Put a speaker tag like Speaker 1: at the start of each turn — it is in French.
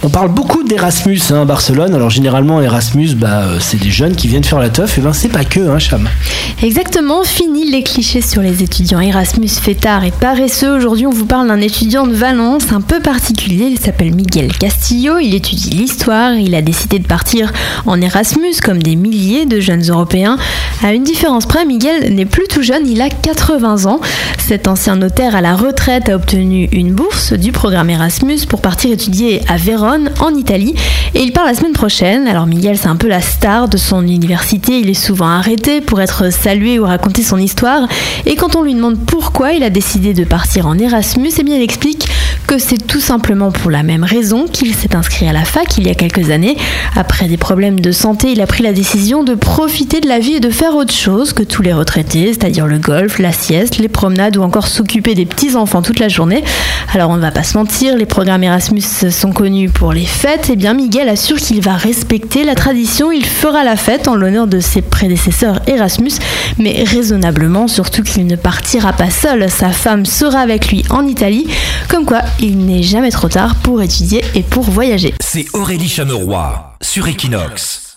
Speaker 1: On parle beaucoup d'Erasmus à Barcelone. Alors généralement Erasmus, c'est des jeunes qui viennent faire la teuf. Et c'est pas que, Cham.
Speaker 2: Exactement, fini les clichés sur les étudiants Erasmus fêtards et paresseux. Aujourd'hui, on vous parle d'un étudiant de Valence un peu particulier. Il s'appelle Miguel Castillo. Il étudie l'histoire. Il a décidé de partir en Erasmus comme des milliers de jeunes Européens. À une différence près, Miguel n'est plus tout jeune. Il a 80 ans. Cet ancien notaire à la retraite a obtenu une bourse du programme Erasmus pour partir étudier à Vérone, en Italie. Et il part la semaine prochaine. Alors Miguel, c'est un peu la star de son université. Il est souvent arrêté pour être salué ou raconter son histoire. Et quand on lui demande pourquoi il a décidé de partir en Erasmus, il explique que c'est tout simplement pour la même raison qu'il s'est inscrit à la fac il y a quelques années. Après des problèmes de santé, il a pris la décision de profiter de la vie et de faire autre chose que tous les retraités, c'est-à-dire le golf, la sieste, les promenades ou encore s'occuper des petits-enfants toute la journée. Alors on ne va pas se mentir, les programmes Erasmus sont connus pour les fêtes. Miguel assure qu'il va respecter la tradition. Il fera la fête en l'honneur de ses prédécesseurs Erasmus, mais raisonnablement, surtout qu'il ne partira pas seul. Sa femme sera avec lui en Italie. Comme quoi, il n'est jamais trop tard pour étudier et pour voyager.
Speaker 3: C'est Aurélie Chameroy sur Equinox.